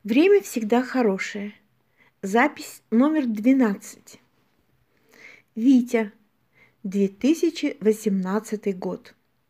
Время всегда хорошее. Запись номер 12. Витя, 2018 год.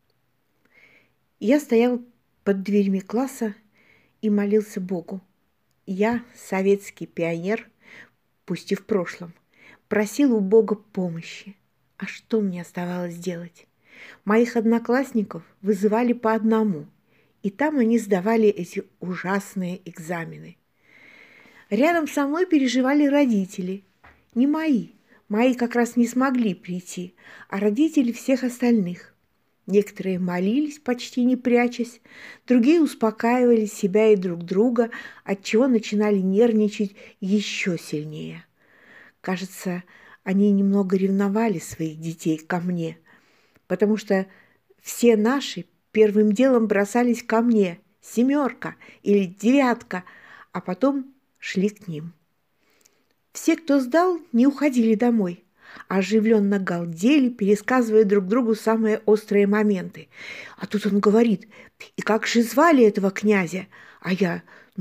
Я стоял под дверьми класса и молился Богу. Я, советский пионер, пусть и в прошлом, просил у Бога помощи. А что мне оставалось делать? Моих одноклассников вызывали по одному, и там они сдавали эти ужасные экзамены. Рядом со мной переживали родители. Не мои. Мои как раз не смогли прийти, а родители всех остальных. Некоторые молились, почти не прячась, другие успокаивали себя и друг друга, отчего начинали нервничать еще сильнее. Кажется, они немного ревновали своих детей ко мне, потому что все наши первым делом бросались ко мне, 7 или 9, а потом шли к ним. Все, кто сдал, не уходили домой, а оживленно галдели, пересказывая друг другу самые острые моменты. А тут он говорит: «И как же звали этого князя?» А я: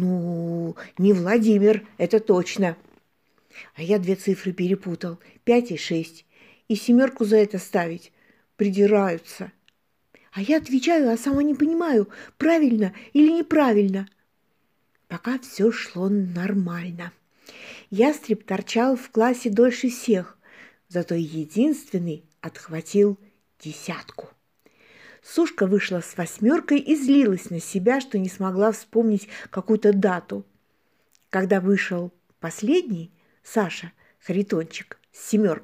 не Владимир, это точно. А я 2 цифры перепутал, 5 и 6. И 7 за это ставить. Придираются. А я отвечаю, а сама не понимаю, правильно или неправильно. Пока все шло нормально. Ястреб торчал в классе дольше всех, зато единственный отхватил 10. Сушка вышла с 8 и злилась на себя, что не смогла вспомнить какую-то дату. Когда вышел последний, Саша, Харитончик, с 7,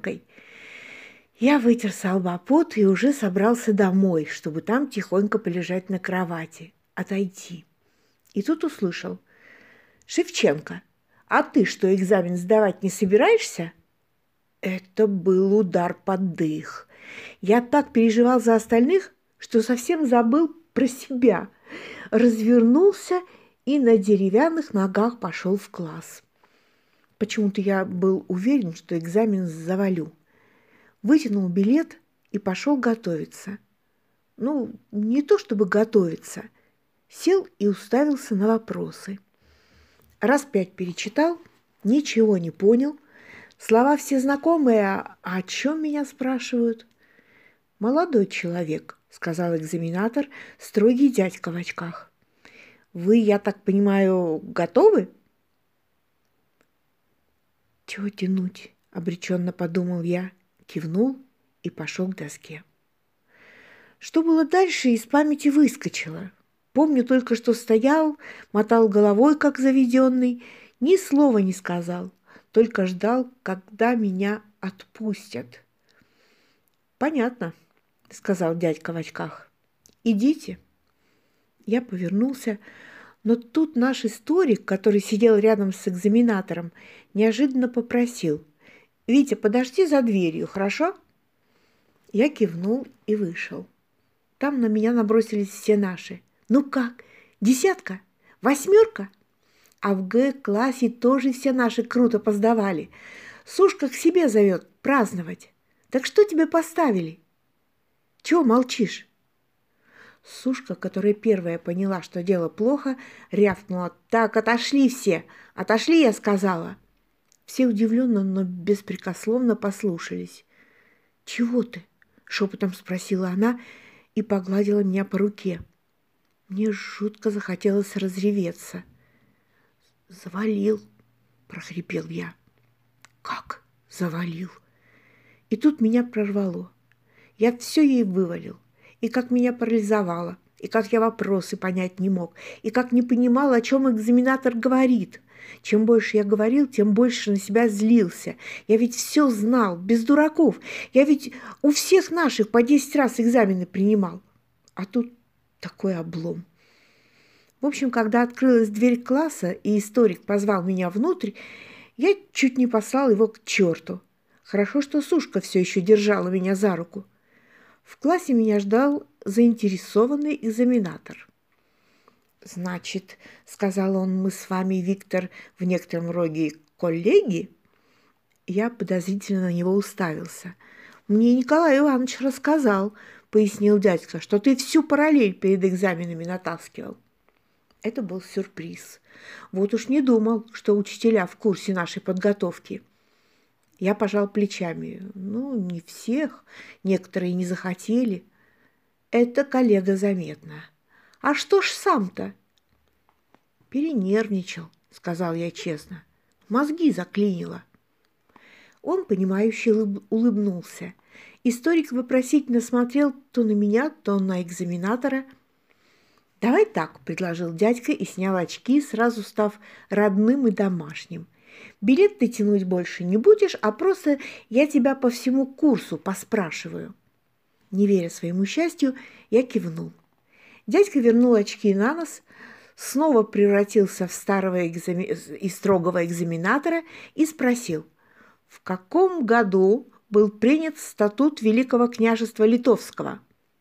я вытер со лба пот и уже собрался домой, чтобы там тихонько полежать на кровати, отойти. И тут услышал: «Шевченко, а ты что, экзамен сдавать не собираешься?» Это был удар под дых. Я так переживал за остальных, что совсем забыл про себя. Развернулся и на деревянных ногах пошел в класс. Почему-то я был уверен, что экзамен завалю. Вытянул билет и пошел готовиться. Не то чтобы готовиться. Сел и уставился на вопросы. Раз 5 перечитал, ничего не понял. Слова все знакомые, а о чем меня спрашивают? «Молодой человек», — сказал экзаменатор, строгий дядька в очках. «Вы, я так понимаю, готовы?» «Чего тянуть?» — обреченно подумал я, кивнул и пошел к доске. Что было дальше, из памяти выскочило. Помню только, что стоял, мотал головой, как заведенный, ни слова не сказал, только ждал, когда меня отпустят. «Понятно», — сказал дядька в очках. «Идите». Я повернулся, но тут наш историк, который сидел рядом с экзаменатором, неожиданно попросил: «Витя, подожди за дверью, хорошо?» Я кивнул и вышел. Там на меня набросились все наши. «Ну как? 10? 8?» А в Г-классе тоже все наши круто поздавали. Сушка к себе зовет праздновать. Так что тебе поставили? Чего молчишь?» Сушка, которая первая поняла, что дело плохо, рявкнула: «Так, отошли все! Отошли, я сказала!» Все удивленно, но беспрекословно послушались. «Чего ты?» — шепотом спросила она и погладила меня по руке. Мне жутко захотелось разреветься. «Завалил», — прохрипел я. «Как завалил?» И тут меня прорвало. Я все ей вывалил. И как меня парализовало, и как я вопросы понять не мог, и как не понимал, о чем экзаменатор говорит. Чем больше я говорил, тем больше на себя злился. Я ведь все знал, без дураков. Я ведь у всех наших по 10 раз экзамены принимал. А тут такой облом. В общем, когда открылась дверь класса, и историк позвал меня внутрь, я чуть не послал его к черту. Хорошо, что Сушка все еще держала меня за руку. В классе меня ждал заинтересованный экзаменатор. «Значит, — сказал он, — мы с вами, Виктор, в некотором роде коллеги?» Я подозрительно на него уставился. «Мне Николай Иванович рассказал, — пояснил дядька, — что ты всю параллель перед экзаменами натаскивал». Это был сюрприз. Вот уж не думал, что учителя в курсе нашей подготовки. Я пожал плечами. Ну, не всех, некоторые не захотели. Это коллега заметно. А что ж сам-то? Перенервничал, сказал я честно. Мозги заклинило. Он, понимающе улыбнулся. Историк вопросительно смотрел то на меня, то на экзаменатора. «Давай так», – предложил дядька и снял очки, сразу став родным и домашним. «Билет ты тянуть больше не будешь, а просто я тебя по всему курсу поспрашиваю». Не веря своему счастью, я кивнул. Дядька вернул очки на нос, снова превратился в старого и строгого экзаменатора и спросил, в каком году был принят статут Великого княжества Литовского?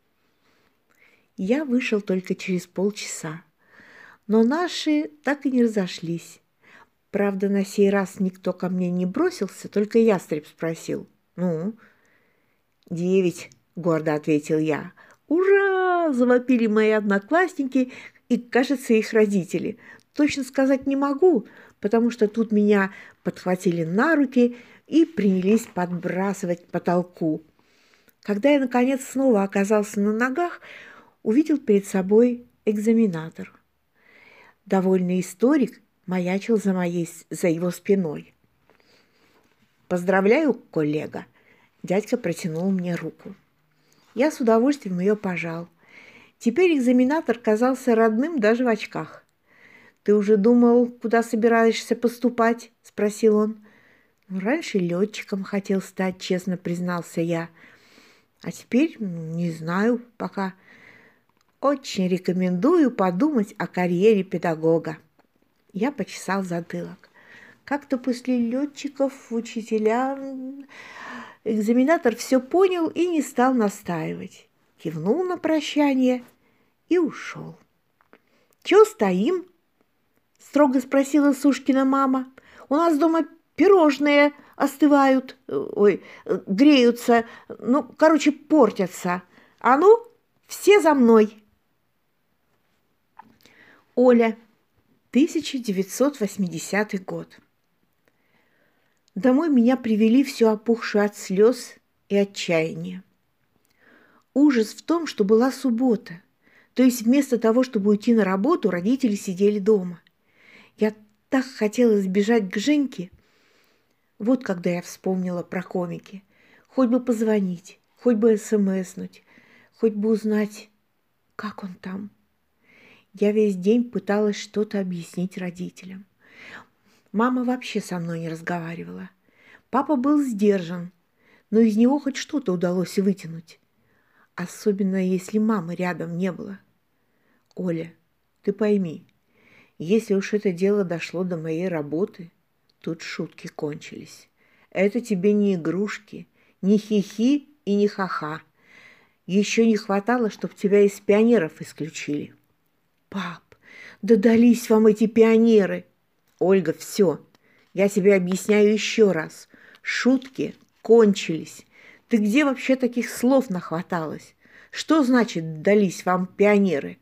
Я вышел только через полчаса, но наши так и не разошлись. Правда, на сей раз никто ко мне не бросился, только ястреб спросил. «Ну?» «9», — гордо ответил я. «Ура!» — завопили мои одноклассники и, кажется, их родители. Точно сказать не могу, потому что тут меня подхватили на руки и принялись подбрасывать к потолку. Когда я, наконец, снова оказался на ногах, увидел перед собой экзаменатор. Довольный историк маячил за его спиной. «Поздравляю, коллега!» Дядька протянул мне руку. Я с удовольствием ее пожал. Теперь экзаменатор казался родным даже в очках. «Ты уже думал, куда собираешься поступать?» – спросил он. «Раньше летчиком хотел стать», – честно признался я. «А теперь не знаю пока. Очень рекомендую подумать о карьере педагога». Я почесал затылок. Как-то после летчиков учителя... Экзаменатор все понял и не стал настаивать. Кивнул на прощание и ушел. «Чего стоим?» – строго спросила Сушкина мама. «У нас дома пирожные остывают, греются, портятся. А ну, все за мной!» Оля, 1980 год. Домой меня привели всю опухшую от слез и отчаяния. Ужас в том, что была суббота, то есть вместо того, чтобы уйти на работу, родители сидели дома. Я так хотела сбежать к Женьке. Вот когда я вспомнила про комики. Хоть бы позвонить, хоть бы смснуть, хоть бы узнать, как он там. Я весь день пыталась что-то объяснить родителям. Мама вообще со мной не разговаривала. Папа был сдержан, но из него хоть что-то удалось вытянуть. Особенно, если мамы рядом не было. «Оля, ты пойми, если уж это дело дошло до моей работы, тут шутки кончились. Это тебе не игрушки, не хихи и не ха-ха. Еще не хватало, чтобы тебя из пионеров исключили». «Пап, да дались вам эти пионеры!» «Ольга, все, я тебе объясняю еще раз. Шутки кончились. Ты где вообще таких слов нахваталась? Что значит «дались вам пионеры»?»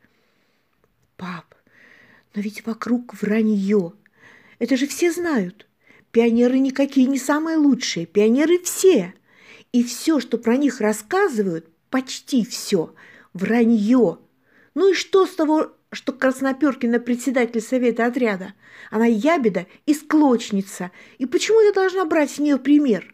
«Пап, но ведь вокруг вранье. Это же все знают. Пионеры никакие не самые лучшие. Пионеры все. И все, что про них рассказывают, почти все, вранье. Ну и что с того, что Красноперкина председатель совета отряда? Она ябеда и склочница. И почему я должна брать с нее пример?»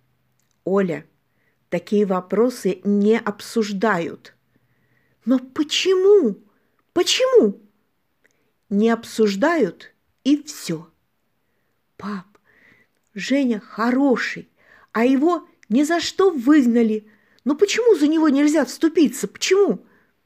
«Оля, такие вопросы не обсуждают». «Но почему? Почему?» «Не обсуждают, и все». «Пап, Женя хороший, а его ни за что выгнали. Ну почему за него нельзя вступиться? Почему?»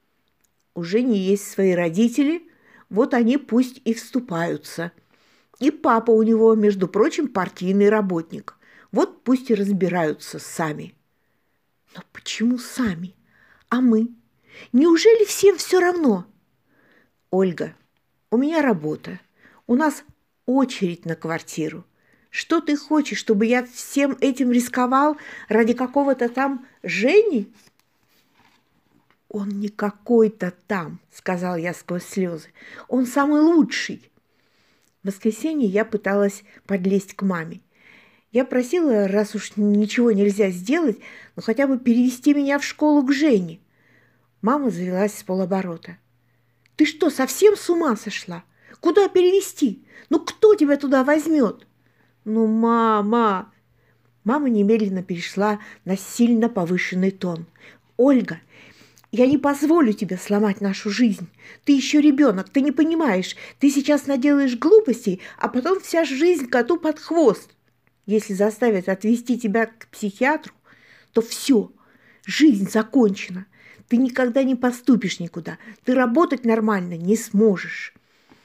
«У Жени есть свои родители, вот они пусть и вступаются. И папа у него, между прочим, партийный работник. Вот пусть и разбираются сами». «Но почему сами? А мы? Неужели всем все равно?» «Ольга, у меня работа. У нас очередь на квартиру. Что ты хочешь, чтобы я всем этим рисковал ради какого-то там Жени?» «Он не какой-то там», – сказал я сквозь слезы. «Он самый лучший». В воскресенье я пыталась подлезть к маме. Я просила, раз уж ничего нельзя сделать, ну хотя бы перевести меня в школу к Жене. Мама завелась с полоборота. «Ты что, совсем с ума сошла? Куда перевести? Ну кто тебя туда возьмет?» «Ну, мама!» Мама немедленно перешла на сильно повышенный тон. «Ольга, я не позволю тебе сломать нашу жизнь. Ты еще ребенок, ты не понимаешь. Ты сейчас наделаешь глупостей, а потом вся жизнь коту под хвост. Если заставят отвезти тебя к психиатру, то все, жизнь закончена. Ты никогда не поступишь никуда. Ты работать нормально не сможешь».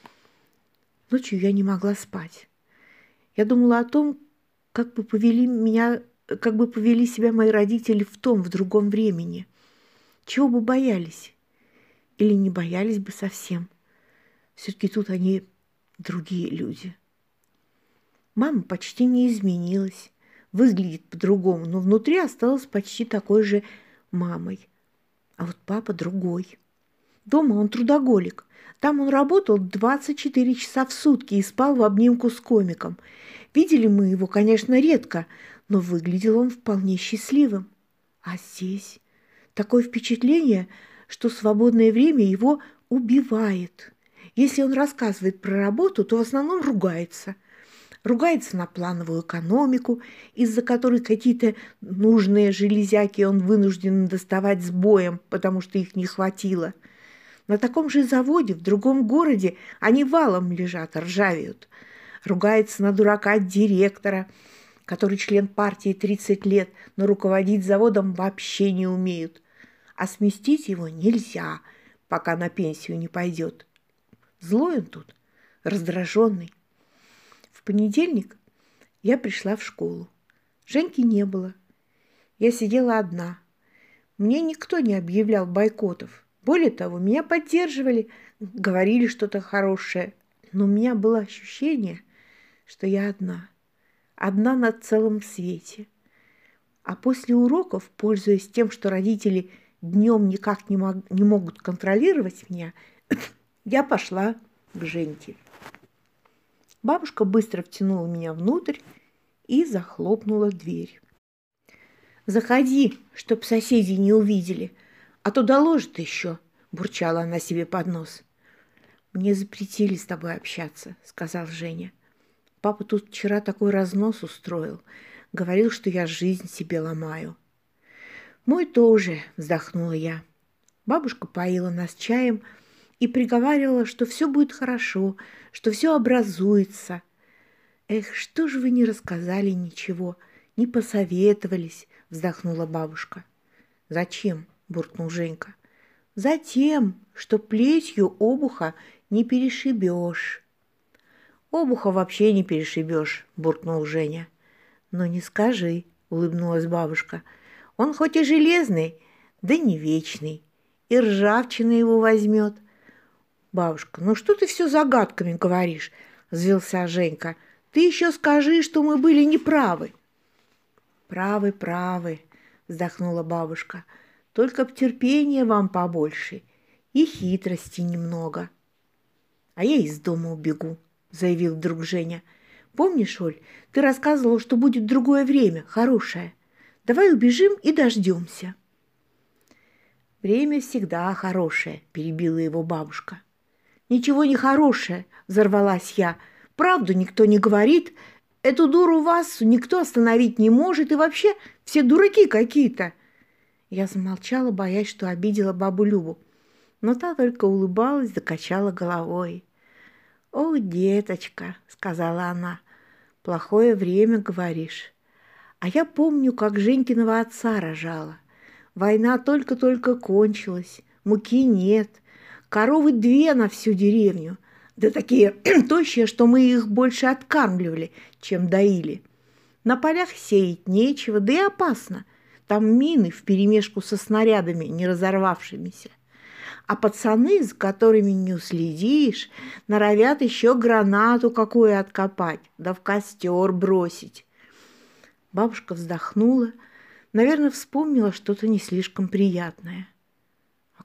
Ночью я не могла спать. Я думала о том, как бы повели себя мои родители в другом времени. Чего бы боялись? Или не боялись бы совсем? Все-таки тут они другие люди. Мама почти не изменилась, выглядит по-другому, но внутри осталась почти такой же мамой. А вот папа другой. Дома он трудоголик. Там он работал 24 часа в сутки и спал в обнимку с комиком. Видели мы его, конечно, редко, но выглядел он вполне счастливым. А здесь такое впечатление, что свободное время его убивает. Если он рассказывает про работу, то в основном ругается. Ругается на плановую экономику, из-за которой какие-то нужные железяки он вынужден доставать с боем, потому что их не хватило. На таком же заводе, в другом городе, они валом лежат, ржавеют. Ругается на дурака директора, который член партии 30 лет, но руководить заводом вообще не умеют. А сместить его нельзя, пока на пенсию не пойдет. Злой он тут, раздраженный. В понедельник я пришла в школу. Женьки не было. Я сидела одна. Мне никто не объявлял бойкотов. Более того, меня поддерживали, говорили что-то хорошее. Но у меня было ощущение, что я одна. Одна на целом свете. А после уроков, пользуясь тем, что родители днем никак не могут контролировать меня, я пошла к Женьке. Бабушка быстро втянула меня внутрь и захлопнула дверь. «Заходи, чтоб соседи не увидели, а то доложат еще», – бурчала она себе под нос. «Мне запретили с тобой общаться», – сказал Женя. «Папа тут вчера такой разнос устроил. Говорил, что я жизнь себе ломаю». «Мой тоже», – вздохнула я. Бабушка поила нас чаем и приговаривала, что все будет хорошо, что все образуется. «Эх, что же вы не рассказали ничего, не посоветовались?» – вздохнула бабушка. «Зачем?» – буркнул Женька. «Затем, что плетью обуха не перешибешь». «Обуха вообще не перешибешь», – буркнул Женя. «Ну не скажи», – улыбнулась бабушка. «Он хоть и железный, да не вечный, и ржавчина его возьмет». «Бабушка, ну что ты все загадками говоришь?» – взвился Женька. «Ты еще скажи, что мы были неправы». «Правы, правы», – вздохнула бабушка. «Только б терпения вам побольше и хитрости немного». «А я из дома убегу», – заявил вдруг Женя. «Помнишь, Оль, ты рассказывала, что будет другое время, хорошее. Давай убежим и дождемся». «Время всегда хорошее», – перебила его бабушка. «Ничего не хорошее», – взорвалась я. «Правду никто не говорит. Эту дуру вас никто остановить не может. И вообще все дураки какие-то». Я замолчала, боясь, что обидела бабу Любу. Но та только улыбалась, закачала головой. «О, деточка», – сказала она, – «плохое время, говоришь. А я помню, как Женькиного отца рожала. Война только-только кончилась, муки нет, коровы 2 на всю деревню, да такие тощие, что мы их больше откармливали, чем доили. На полях сеять нечего, да и опасно. Там мины вперемешку со снарядами, не разорвавшимися. А пацаны, за которыми не уследишь, норовят еще гранату какую откопать, да в костер бросить». Бабушка вздохнула, наверное, вспомнила что-то не слишком приятное. «А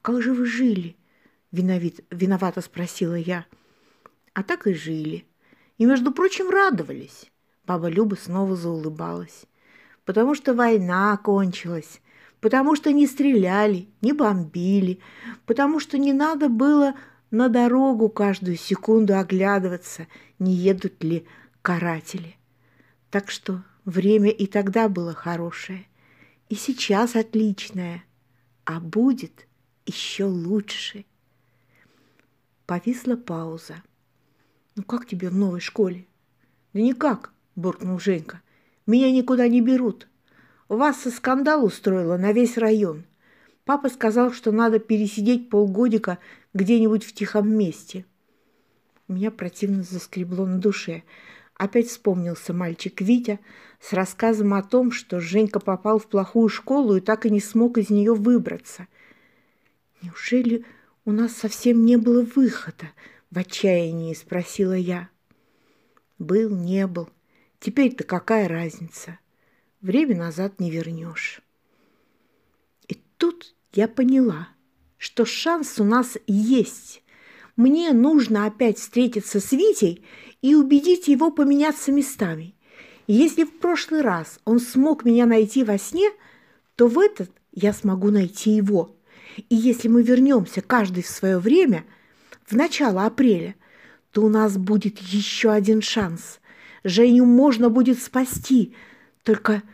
как же вы жили?» Виновато спросила я. «А так и жили. И, между прочим, радовались». Баба Люба снова заулыбалась. «Потому что война кончилась, потому что не стреляли, не бомбили, потому что не надо было на дорогу каждую секунду оглядываться, не едут ли каратели. Так что время и тогда было хорошее, и сейчас отличное, а будет еще лучше». Повисла пауза. «Ну как тебе в новой школе?» «Да никак», – буркнул Женька. «Меня никуда не берут. Вася скандал устроила на весь район. Папа сказал, что надо пересидеть полгодика где-нибудь в тихом месте». Меня противно заскребло на душе. Опять вспомнился мальчик Витя с рассказом о том, что Женька попал в плохую школу и так и не смог из нее выбраться. «Неужели у нас совсем не было выхода?» – в отчаянии спросила я. «Был, не был. Теперь-то какая разница? Время назад не вернешь». И тут я поняла, что шанс у нас есть. Мне нужно опять встретиться с Витей и убедить его поменяться местами. И если в прошлый раз он смог меня найти во сне, то в этот я смогу найти его. И если мы вернемся каждый в свое время, в начало апреля, то у нас будет еще один шанс. Женю можно будет спасти. Только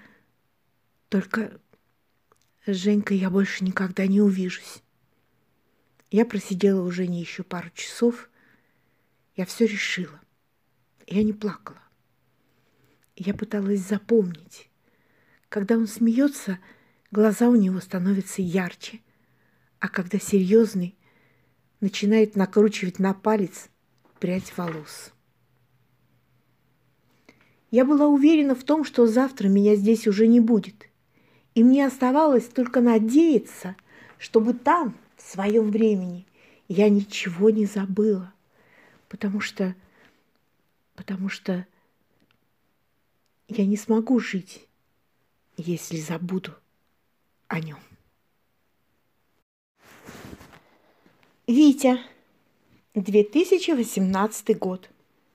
с Женькой я больше никогда не увижусь. Я просидела у Жени еще пару часов. Я все решила. Я не плакала. Я пыталась запомнить. Когда он смеется, глаза у него становятся ярче. А когда серьезный, начинает накручивать на палец прядь волос. Я была уверена в том, что завтра меня здесь уже не будет. И мне оставалось только надеяться, чтобы там, в своем времени, я ничего не забыла. Потому что я не смогу жить, если забуду о нем. Витя, 2018 год.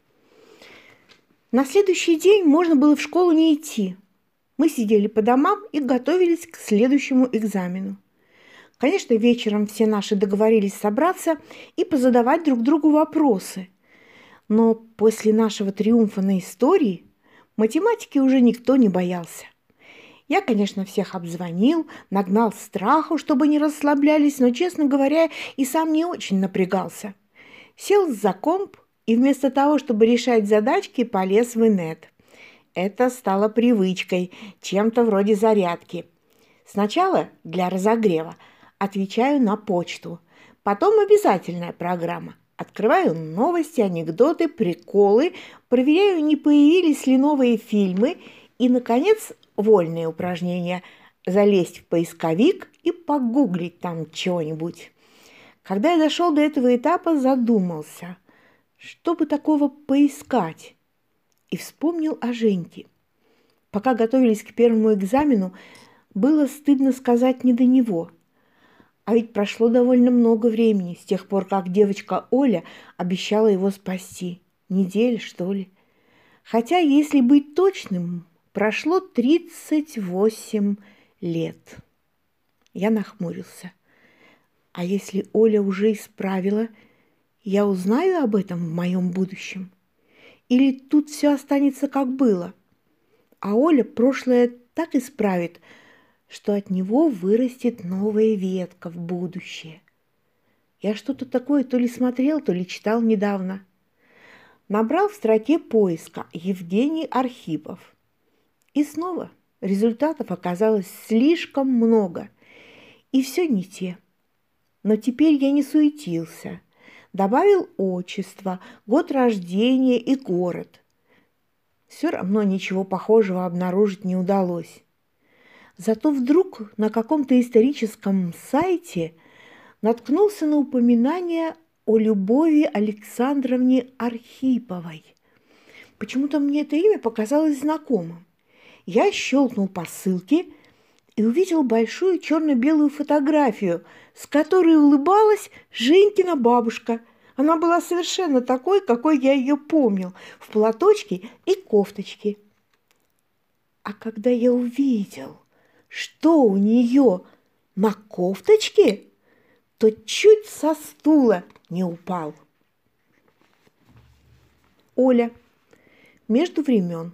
На следующий день можно было в школу не идти. Мы сидели по домам и готовились к следующему экзамену. Конечно, вечером все наши договорились собраться и позадавать друг другу вопросы. Но после нашего триумфа на истории математики уже никто не боялся. Я, конечно, всех обзвонил, нагнал страху, чтобы не расслаблялись, но, честно говоря, и сам не очень напрягался. Сел за комп и вместо того, чтобы решать задачки, полез в инет. Это стало привычкой, чем-то вроде зарядки. Сначала для разогрева отвечаю на почту, потом обязательная программа. Открываю новости, анекдоты, приколы, проверяю, не появились ли новые фильмы и, наконец, вольные упражнения – залезть в поисковик и погуглить там чего-нибудь. Когда я дошел до этого этапа, задумался, что бы такого поискать, и вспомнил о Женьке. Пока готовились к первому экзамену, было стыдно сказать не до него. А ведь прошло довольно много времени с тех пор, как девочка Оля обещала его спасти. Неделя, что ли? Хотя, если быть точным, прошло 38 лет. Я нахмурился. А если Оля уже исправила, я узнаю об этом в моем будущем? Или тут все останется как было? А Оля прошлое так исправит, что от него вырастет новая ветка в будущее. Я что-то такое то ли смотрел, то ли читал недавно. Набрал в строке поиска Евгений Архипов. И снова результатов оказалось слишком много. И все не те. Но теперь я не суетился. Добавил отчество, год рождения и город. Все равно ничего похожего обнаружить не удалось. Зато вдруг на каком-то историческом сайте наткнулся на упоминание о Любови Александровне Архиповой. Почему-то мне это имя показалось знакомым. Я щелкнул по ссылке и увидел большую черно-белую фотографию, с которой улыбалась Женькина бабушка. Она была совершенно такой, какой я ее помнил, в платочке и кофточке. А когда я увидел, что у нее на кофточке, то чуть со стула не упал. Оля. Между времен.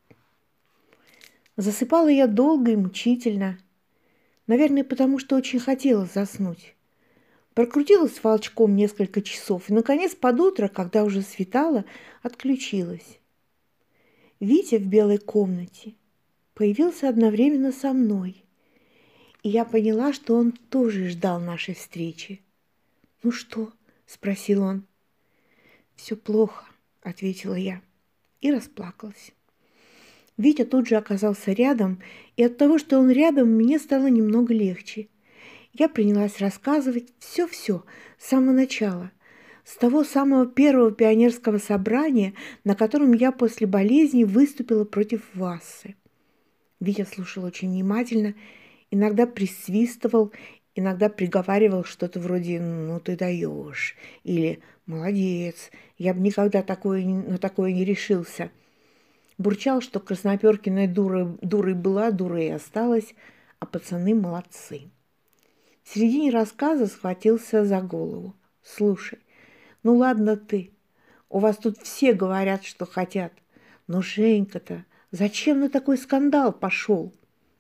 Засыпала я долго и мучительно. Наверное, потому что очень хотела заснуть. Прокрутилась волчком несколько часов и, наконец, под утро, когда уже светало, отключилась. Витя в белой комнате появился одновременно со мной, и я поняла, что он тоже ждал нашей встречи. «Ну что?» – спросил он. «Все плохо», – ответила я и расплакалась. Витя тут же оказался рядом, и от того, что он рядом, мне стало немного легче. Я принялась рассказывать все-все с самого начала, с того самого первого пионерского собрания, на котором я после болезни выступила против Вассы. Витя слушал очень внимательно, иногда присвистывал, иногда приговаривал что-то вроде «ну ты даешь» или «молодец, я бы никогда на такое не решился». Бурчал, что Красноперкина дурой была, дурой и осталась, а пацаны молодцы. В середине рассказа схватился за голову. «Слушай, ну ладно ты, у вас тут все говорят, что хотят, но Женька-то зачем на такой скандал пошел?»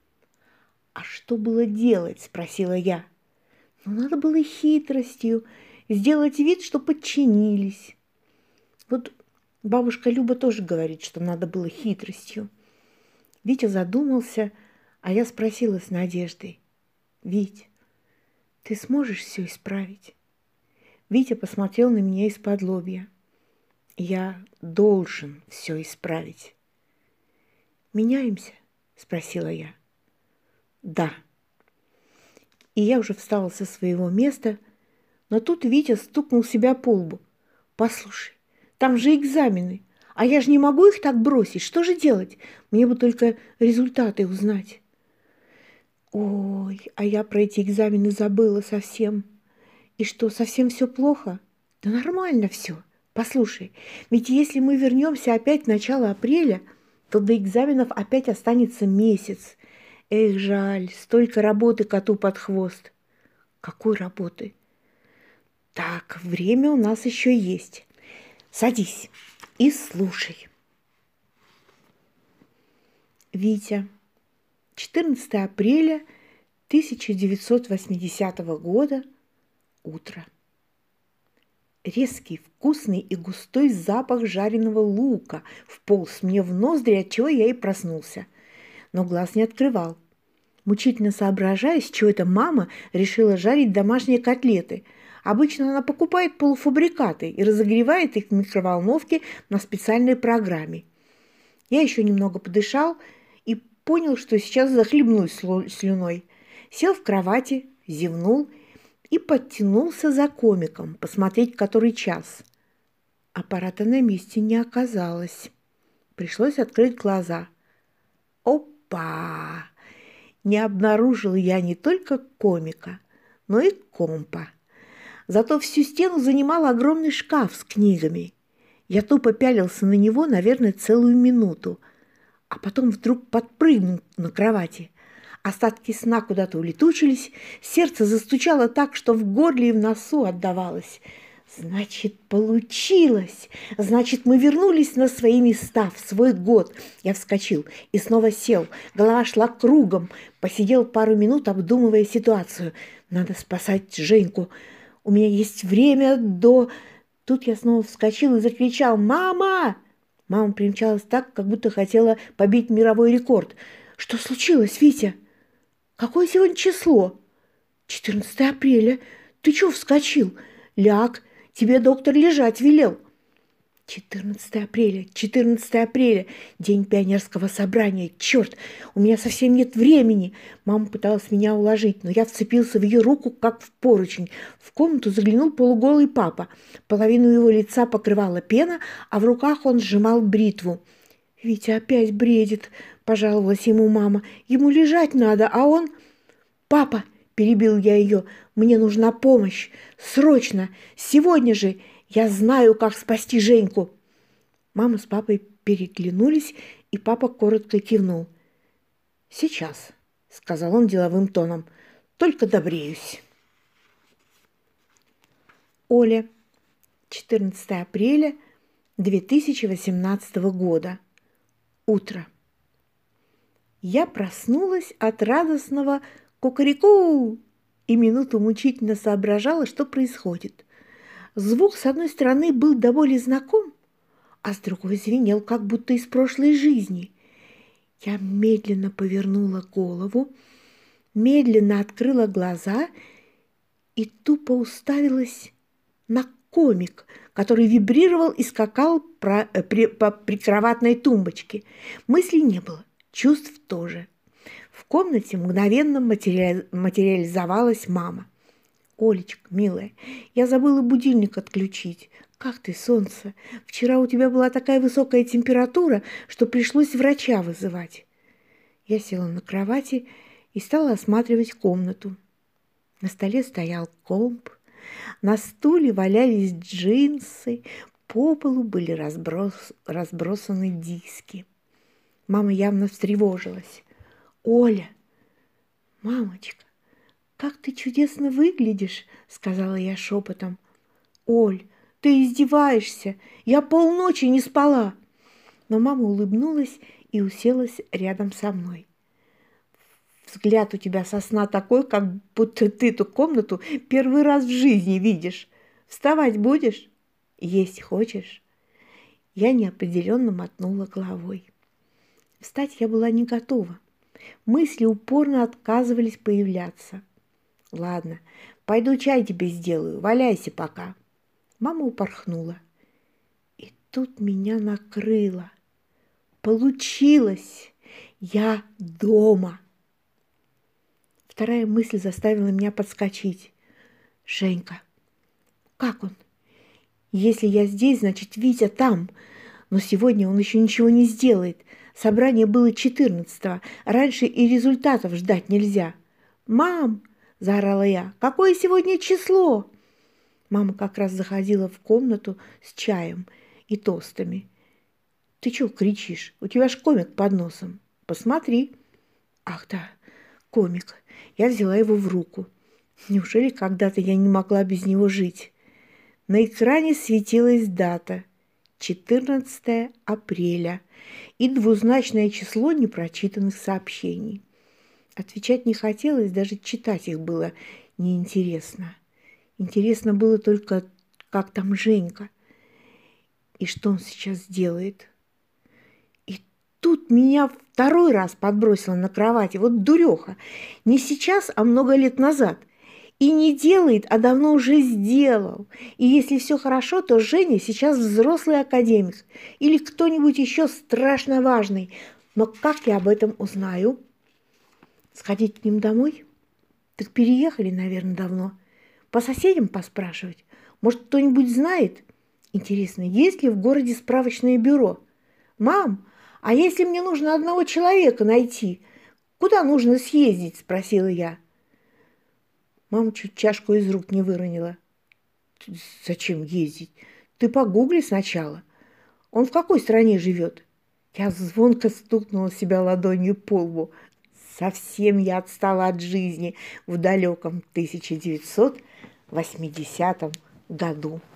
«А что было делать?» – спросила я. «Ну, надо было хитростью сделать вид, что подчинились. Вот бабушка Люба тоже говорит, что надо было хитростью». Витя задумался, а я спросила с надеждой: «Вить, ты сможешь все исправить?» Витя посмотрел на меня из-под лобья. «Я должен все исправить». «Меняемся?» – спросила я. «Да». И я уже встала со своего места, но тут Витя стукнул себя по лбу. «Послушай, там же экзамены, а я же не могу их так бросить. Что же делать? Мне бы только результаты узнать». «Ой, а я про эти экзамены забыла совсем». «И что, совсем все плохо?» «Да нормально все. Послушай, ведь если мы вернемся опять в начало апреля, то до экзаменов опять останется месяц. Эх, жаль, столько работы коту под хвост». «Какой работы?» «Так, время у нас еще есть. Садись и слушай». Витя. 14 апреля 1980 года. Утро. Резкий, вкусный и густой запах жареного лука вполз мне в ноздри, отчего я и проснулся. Но глаз не открывал. Мучительно соображая, с чего эта мама решила жарить домашние котлеты. Обычно она покупает полуфабрикаты и разогревает их в микроволновке на специальной программе. Я еще немного подышал и понял, что сейчас захлебнусь слюной. Сел в кровати, зевнул и подтянулся за комиком, посмотреть, который час. Аппарата на месте не оказалось. Пришлось открыть глаза. Опа! Не обнаружил я не только комика, но и компа. Зато всю стену занимал огромный шкаф с книгами. Я тупо пялился на него, наверное, целую минуту, а потом вдруг подпрыгнул на кровати. Остатки сна куда-то улетучились, сердце застучало так, что в горле и в носу отдавалось. Значит, получилось! Значит, мы вернулись на свои места, в свой год. Я вскочил и снова сел. Голова шла кругом. Посидел пару минут, обдумывая ситуацию. Надо спасать Женьку. У меня есть время до... Тут я снова вскочил и закричал: «Мама!» Мама примчалась так, как будто хотела побить мировой рекорд. «Что случилось, Витя?» «Какое сегодня число?» 14 апреля. Ты чего вскочил? Ляг, тебе доктор лежать велел». 14 апреля, 14 апреля, день пионерского собрания. Черт, у меня совсем нет времени. Мама пыталась меня уложить, но я вцепился в ее руку, как в поручень. В комнату заглянул полуголый папа. Половину его лица покрывала пена, а в руках он сжимал бритву. «Витя опять бредит», – пожаловалась ему мама. «Ему лежать надо, а он...» «Папа!» – перебил я ее. «Мне нужна помощь! Срочно! Сегодня же! Я знаю, как спасти Женьку!» Мама с папой переглянулись, и папа коротко кивнул. «Сейчас», – сказал он деловым тоном, – «только добреюсь». Оля, 14 апреля 2018 года. Утро. Я проснулась от радостного кукареку и минуту мучительно соображала, что происходит. Звук, с одной стороны, был до боли знаком, а с другой звенел, как будто из прошлой жизни. Я медленно повернула голову, медленно открыла глаза и тупо уставилась на комик, который вибрировал и скакал по прикроватной тумбочке. Мыслей не было, чувств тоже. В комнате мгновенно материализовалась мама. «Олечка, милая, я забыла будильник отключить. Как ты, солнце? Вчера у тебя была такая высокая температура, что пришлось врача вызывать». Я села на кровати и стала осматривать комнату. На столе стоял комп, на стуле валялись джинсы, по полу были разбросаны диски. Мама явно встревожилась. «Оля, мамочка, как ты чудесно выглядишь», — сказала я шепотом. «Оль, ты издеваешься, я полночи не спала». Но мама улыбнулась и уселась рядом со мной. «Взгляд у тебя со сна такой, как будто ты эту комнату первый раз в жизни видишь. Вставать будешь? Есть хочешь?» Я неопределенно мотнула головой. Встать я была не готова. Мысли упорно отказывались появляться. «Ладно, пойду чай тебе сделаю, валяйся пока». Мама упорхнула. И тут меня накрыло. Получилось! Я дома! Вторая мысль заставила меня подскочить. «Женька, как он? Если я здесь, значит, Витя там. Но сегодня он еще ничего не сделает. Собрание было 14-го. Раньше и результатов ждать нельзя». «Мам!» – заорала я. «Какое сегодня число?» Мама как раз заходила в комнату с чаем и тостами. «Ты чего кричишь? У тебя ж комик под носом. Посмотри». «Ах да, комик». Я взяла его в руку. Неужели когда-то я не могла без него жить? На экране светилась дата – 14 апреля и двузначное число непрочитанных сообщений. Отвечать не хотелось, даже читать их было неинтересно. Интересно было только, как там Женька и что он сейчас делает. И тут меня второй раз подбросило на кровати. Вот дуреха. Не сейчас, а много лет назад. И не делает, а давно уже сделал. И если все хорошо, то Женя сейчас взрослый академик. Или кто-нибудь еще страшно важный. Но как я об этом узнаю? Сходить к ним домой? Так переехали, наверное, давно. По соседям поспрашивать? Может, кто-нибудь знает? Интересно, есть ли в городе справочное бюро? «Мам, а если мне нужно одного человека найти, куда нужно съездить?» – спросила я. Мама чуть чашку из рук не выронила. «Зачем ездить? Ты погугли сначала. Он в какой стране живет?» Я звонко стукнула себя ладонью по лбу. Совсем я отстала от жизни в далеком 1980 году.